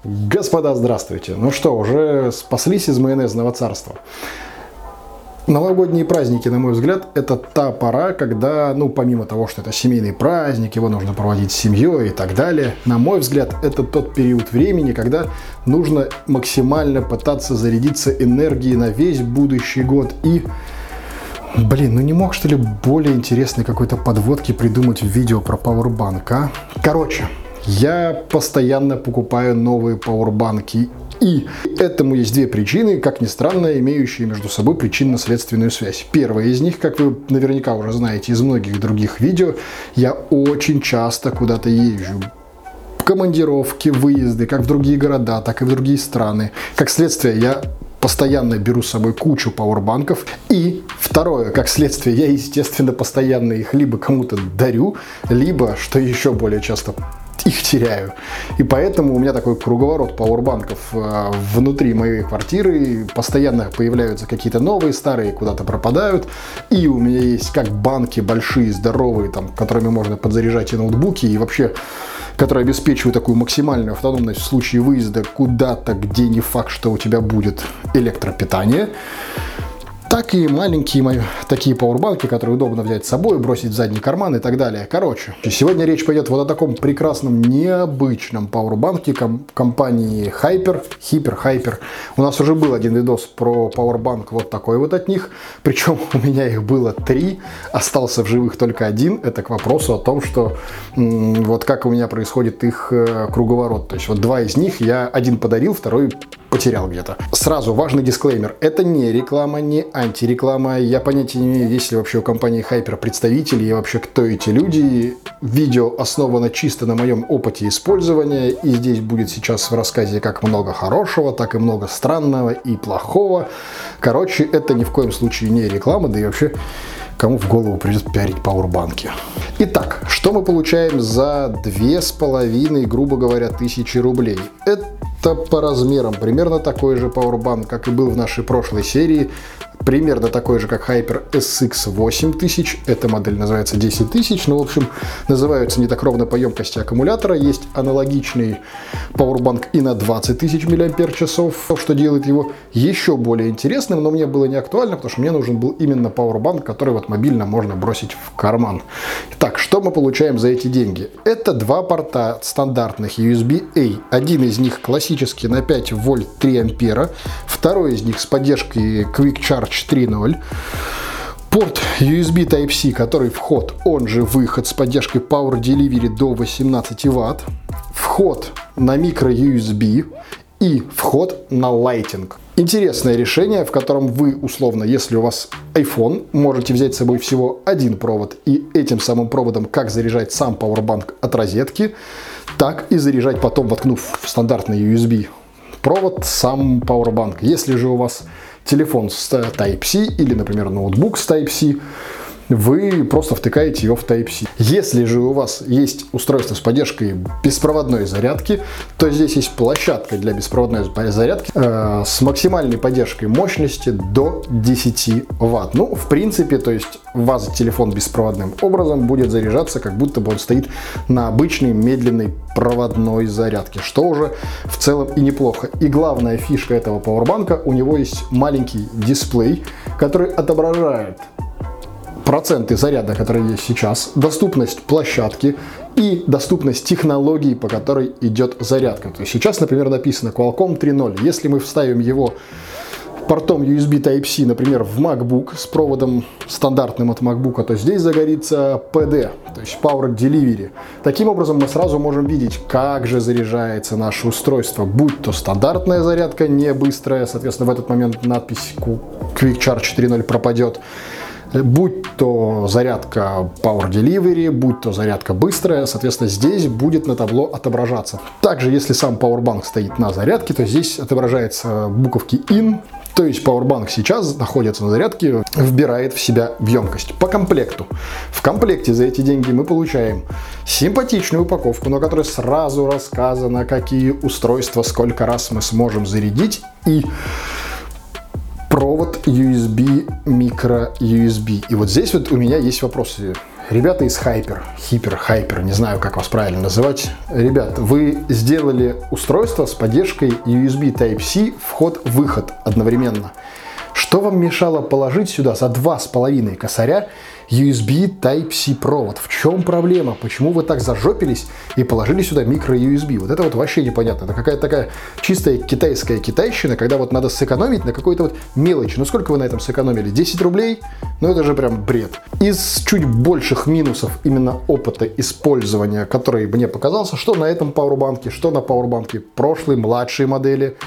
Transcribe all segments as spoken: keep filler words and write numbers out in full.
Господа, здравствуйте! Ну что, уже спаслись из майонезного царства? Новогодние праздники, на мой взгляд, это та пора, когда, ну, помимо того, что это семейный праздник, его нужно проводить с семьей и так далее, на мой взгляд, это тот период времени, когда нужно максимально пытаться зарядиться энергией на весь будущий год и... Блин, ну не мог, что ли, более интересной какой-то подводки придумать в видео про пауэрбанк, а? Короче, я постоянно покупаю новые пауэрбанки, и этому есть две причины, как ни странно, имеющие между собой причинно-следственную связь. Первая из них, как вы наверняка уже знаете из многих других видео, я очень часто куда-то езжу. Командировки, выезды, как в другие города, так и в другие страны. Как следствие, я постоянно беру с собой кучу пауэрбанков. И второе, как следствие, я, естественно, постоянно их либо кому-то дарю, либо, что еще более часто, их теряю. И поэтому у меня такой круговорот пауэрбанков внутри моей квартиры. Постоянно появляются какие-то новые, старые куда-то пропадают. И у меня есть как банки большие, здоровые, там, которыми можно подзаряжать и ноутбуки, и вообще, которые обеспечивают такую максимальную автономность в случае выезда куда-то, где не факт, что у тебя будет электропитание. Так и маленькие мои такие пауэрбанки, которые удобно взять с собой, бросить в задний карман и так далее. Короче, сегодня речь пойдет вот о таком прекрасном, необычном пауэрбанке ком- компании Hyper, Hyper, Hyper. У нас уже был один видос про пауэрбанк вот такой вот от них. Причем у меня их было три, остался в живых только один. Это к вопросу о том, что м- вот как у меня происходит их э, круговорот. То есть вот два из них я один подарил, второй потерял где-то. Сразу важный дисклеймер. Это не реклама, не антиреклама. Я понятия не имею, есть ли вообще у компании Hyper представители и вообще кто эти люди. Видео основано чисто на моем опыте использования. И здесь будет сейчас в рассказе как много хорошего, так и много странного и плохого. Короче, это ни в коем случае не реклама, да и вообще... Кому в голову придет пиарить пауэрбанки. Итак, что мы получаем за две с половиной, грубо говоря, тысячи рублей? Это по размерам примерно такой же пауэрбанк, как и был в нашей прошлой серии. Примерно такой же, как Hyper эс икс восемь тысяч. Эта модель называется десять тысяч. Ну, в общем, называются не так ровно по емкости аккумулятора. Есть аналогичный пауэрбанк и на двадцать тысяч миллиампер-часов, что делает его еще более интересным. Но мне было не актуально, потому что мне нужен был именно пауэрбанк, который вот мобильно можно бросить в карман. Итак, что мы получаем за эти деньги? Это два порта стандартных ю эс би-A. Один из них классический на пять вольт три ампера. Второй из них с поддержкой Quick Charge три ноль. Порт ю эс би Type-C, который вход, он же выход с поддержкой Power Delivery до восемнадцати ватт. Вход на микро ю эс би и вход на Lightning. Интересное решение, в котором вы, условно, если у вас iPhone, можете взять с собой всего один провод и этим самым проводом как заряжать сам пауэрбанк от розетки, так и заряжать потом, воткнув в стандартный ю эс би провод сам пауэрбанк. Если же у вас телефон с Type-C или, например, ноутбук с Type-C, вы просто втыкаете его в Type-C. Если же у вас есть устройство с поддержкой беспроводной зарядки, то здесь есть площадка для беспроводной зарядки э, с максимальной поддержкой мощности до десяти ватт. Ну, в принципе, то есть у вас телефон беспроводным образом будет заряжаться, как будто бы он стоит на обычной медленной проводной зарядке, что уже в целом и неплохо. И главная фишка этого пауэрбанка, у него есть маленький дисплей, который отображает проценты заряда, которые есть сейчас, доступность площадки и доступность технологии, по которой идет зарядка. То есть сейчас, например, написано Qualcomm три ноль. Если мы вставим его портом ю эс би Type-C, например, в MacBook с проводом стандартным от MacBook, то здесь загорится пи ди, то есть Power Delivery. Таким образом, мы сразу можем видеть, как же заряжается наше устройство, будь то стандартная зарядка, не быстрая, соответственно, в этот момент надпись Quick Charge три ноль пропадет. Будь то зарядка Power Delivery, будь то зарядка быстрая, соответственно, здесь будет на табло отображаться. Также, если сам Powerbank стоит на зарядке, то здесь отображаются буковки ин, то есть Powerbank сейчас находится на зарядке, вбирает в себя в емкость. По комплекту. В комплекте за эти деньги мы получаем симпатичную упаковку, на которой сразу рассказано, какие устройства, сколько раз мы сможем зарядить, и провод ю эс би, микро ю эс би. И вот здесь вот у меня есть вопросы. ребята из Hyper, Hyper, Hyper, не знаю, как вас правильно называть. Ребят, вы сделали устройство с поддержкой ю эс би Type-C вход-выход одновременно. Что вам мешало положить сюда за два с половиной косаря ю эс би Type-C провод? В чем проблема? Почему вы так зажопились и положили сюда микро-ю эс би? Вот это вот вообще непонятно. Это какая-то такая чистая китайская китайщина, когда вот надо сэкономить на какой-то вот мелочи. Ну сколько вы на этом сэкономили? десять рублей? Ну это же прям бред. Из чуть больших минусов именно опыта использования, который мне показался, что на этом пауэрбанке, что на пауэрбанке прошлой, младшей модели,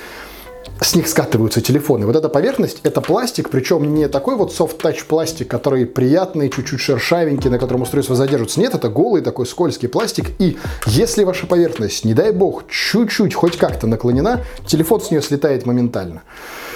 с них скатываются телефоны. Вот эта поверхность, это пластик, причем не такой вот soft-touch пластик, который приятный, чуть-чуть шершавенький, на котором устройство задерживается. Нет, это голый такой скользкий пластик. И если ваша поверхность, не дай бог, чуть-чуть, хоть как-то наклонена, телефон с нее слетает моментально.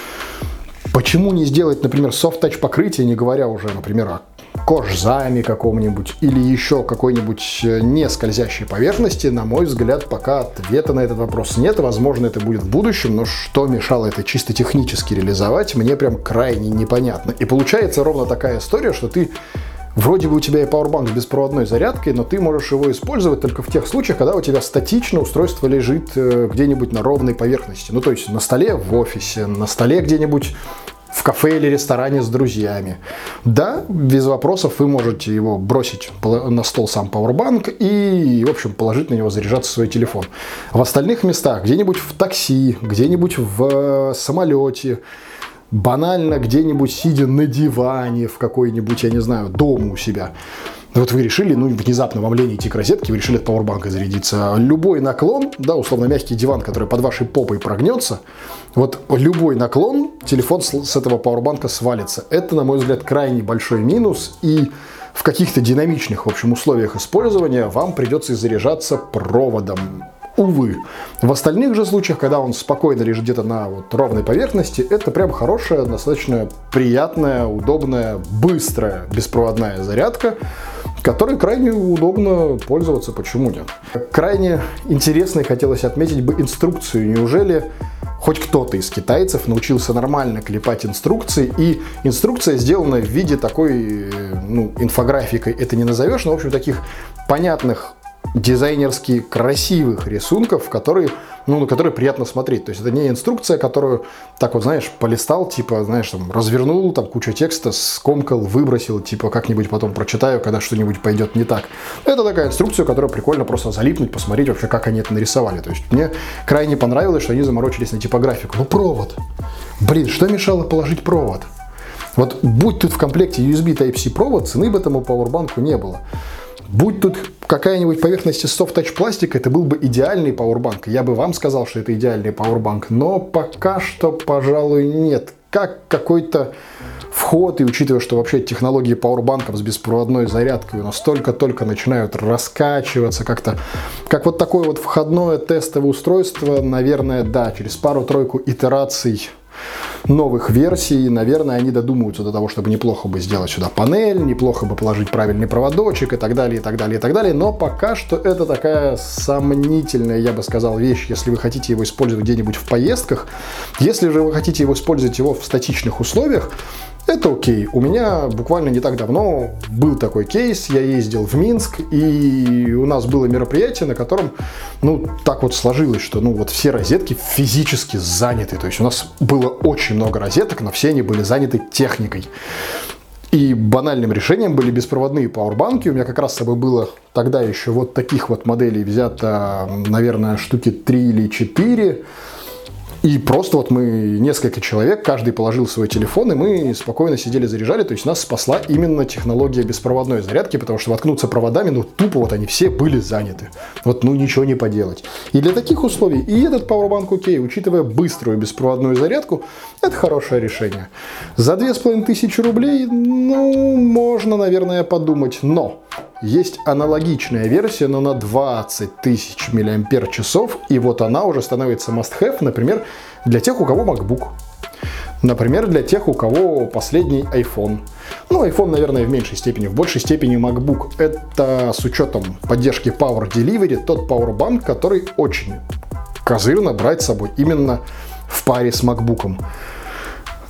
Почему не сделать, например, soft-touch покрытие, не говоря уже, например, о кожзаме каком-нибудь или еще какой-нибудь не скользящей поверхности? На мой взгляд, пока ответа на этот вопрос нет. Возможно, это будет в будущем, но что мешало это чисто технически реализовать, мне прям крайне непонятно. И получается ровно такая история, что ты вроде бы у тебя и пауэрбанк с беспроводной зарядкой, но ты можешь его использовать только в тех случаях, когда у тебя статично устройство лежит где-нибудь на ровной поверхности. Ну, то есть на столе в офисе, на столе где-нибудь в кафе или ресторане с друзьями. Да, без вопросов вы можете его бросить на стол сам пауэрбанк и, в общем, положить на него заряжаться свой телефон. В остальных местах, где-нибудь в такси, где-нибудь в самолете, банально где-нибудь сидя на диване в какой-нибудь, я не знаю, дома у себя. Вот вы решили, ну, внезапно вам лень идти к розетке, вы решили от пауэрбанка зарядиться. Любой наклон, да, условно мягкий диван, который под вашей попой прогнется, вот любой наклон, телефон с, с этого пауэрбанка свалится. Это, на мой взгляд, крайне большой минус, и в каких-то динамичных, в общем, условиях использования вам придется заряжаться проводом. Увы. В остальных же случаях, когда он спокойно лежит где-то на вот ровной поверхности, это прям хорошая, достаточно приятная, удобная, быстрая беспроводная зарядка, которой крайне удобно пользоваться. Почему нет? Крайне интересной хотелось отметить бы инструкцию. Неужели хоть кто-то из китайцев научился нормально клепать инструкции, и инструкция сделана в виде такой, ну, инфографикой это не назовешь, но, в общем, таких понятных, дизайнерски красивых рисунков, которые, ну, на которые приятно смотреть. То есть это не инструкция, которую так вот, знаешь, полистал, типа, знаешь, там, развернул, там, кучу текста, скомкал, выбросил, типа, как-нибудь потом прочитаю, когда что-нибудь пойдет не так. Это такая инструкция, которую прикольно просто залипнуть, посмотреть вообще, как они это нарисовали. То есть мне крайне понравилось, что они заморочились на типографику. Ну, провод. Блин, что мешало положить провод? Вот будь тут в комплекте ю эс би Type-C провод, цены бы этому пауэрбанку не было. Будь тут какая-нибудь поверхность из soft-touch пластика, это был бы идеальный пауэрбанк. Я бы вам сказал, что это идеальный пауэрбанк, но пока что, пожалуй, нет. Как какой-то вход, и учитывая, что вообще технологии пауэрбанков с беспроводной зарядкой у нас только-только начинают раскачиваться, как-то, как вот такое вот входное тестовое устройство, наверное, да, через пару-тройку итераций новых версий, наверное, они додумаются до того, чтобы неплохо бы сделать сюда панель, неплохо бы положить правильный проводочек и так далее, и так далее, и так далее. Но пока что это такая сомнительная, я бы сказал, вещь, если вы хотите его использовать где-нибудь в поездках. Если же вы хотите его использовать его в статичных условиях, это окей. У меня буквально не так давно был такой кейс. Я ездил в Минск, и у нас было мероприятие, на котором, ну, так вот сложилось, что, ну, вот все розетки физически заняты. То есть у нас было очень много розеток, но все они были заняты техникой. И банальным решением были беспроводные пауэрбанки. У меня как раз с собой было тогда еще вот таких вот моделей взято, наверное, штуки три или четыре. И просто вот мы, несколько человек, каждый положил свой телефон, и мы спокойно сидели, заряжали. То есть нас спасла именно технология беспроводной зарядки, потому что воткнуться проводами, ну тупо вот они все были заняты. Вот, ну ничего не поделать. И для таких условий и этот пауэрбанк окей, учитывая быструю беспроводную зарядку, это хорошее решение. За две с половиной тысячи рублей, ну, можно, наверное, подумать, но... Есть аналогичная версия, но на двадцать тысяч миллиампер-часов, и вот она уже становится must-have, например, для тех, у кого MacBook. Например, для тех, у кого последний iPhone. Ну, iPhone, наверное, в меньшей степени. В большей степени MacBook. Это с учетом поддержки Power Delivery тот пауэрбанк, который очень козырно брать с собой именно в паре с MacBook'ом.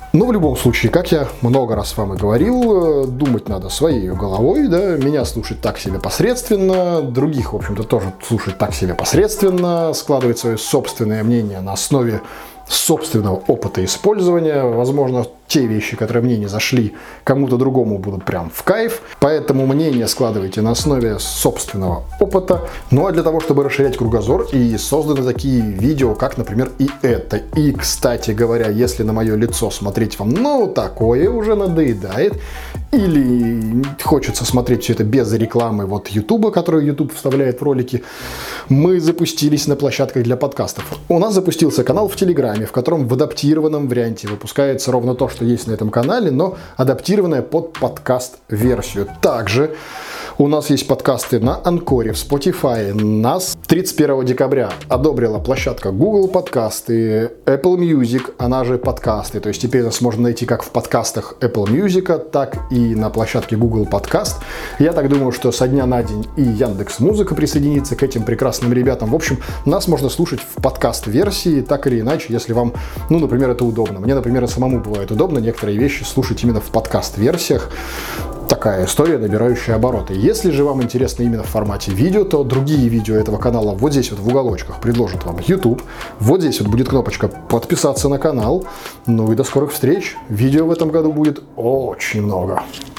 Но в любом случае, как я много раз вам и говорил, думать надо своей головой, да, меня слушать так себе посредственно, других, в общем-то, тоже слушать так себе посредственно, складывать свое собственное мнение на основе собственного опыта использования. Возможно, те вещи, которые мне не зашли, кому-то другому будут прям в кайф. Поэтому мнение складывайте на основе собственного опыта. Ну а для того, чтобы расширять кругозор, и созданы такие видео, как, например, и это. И, кстати говоря, если на мое лицо смотреть вам, ну, такое уже надоедает, или хочется смотреть все это без рекламы вот YouTube, которую YouTube вставляет в ролики, мы запустились на площадках для подкастов. У нас запустился канал в Телеграме, в котором в адаптированном варианте выпускается ровно то, что есть на этом канале, но адаптированное под подкаст-версию. Также у нас есть подкасты на Анкоре, в Spotify. Нас тридцать первого декабря одобрила площадка Google Подкасты, Apple Music, она же подкасты. То есть теперь нас можно найти как в подкастах Apple Music, так и на площадке Google Подкаст. Я так думаю, что со дня на день и Яндекс.Музыка присоединится к этим прекрасным ребятам. В общем, нас можно слушать в подкаст-версии, так или иначе, если вам, ну, например, это удобно. Мне, например, самому бывает удобно некоторые вещи слушать именно в подкаст-версиях. Такая история, набирающая обороты. Если же вам интересно именно в формате видео, то другие видео этого канала вот здесь вот в уголочках предложит вам YouTube. Вот здесь вот будет кнопочка «Подписаться на канал». Ну и до скорых встреч. Видео в этом году будет очень много.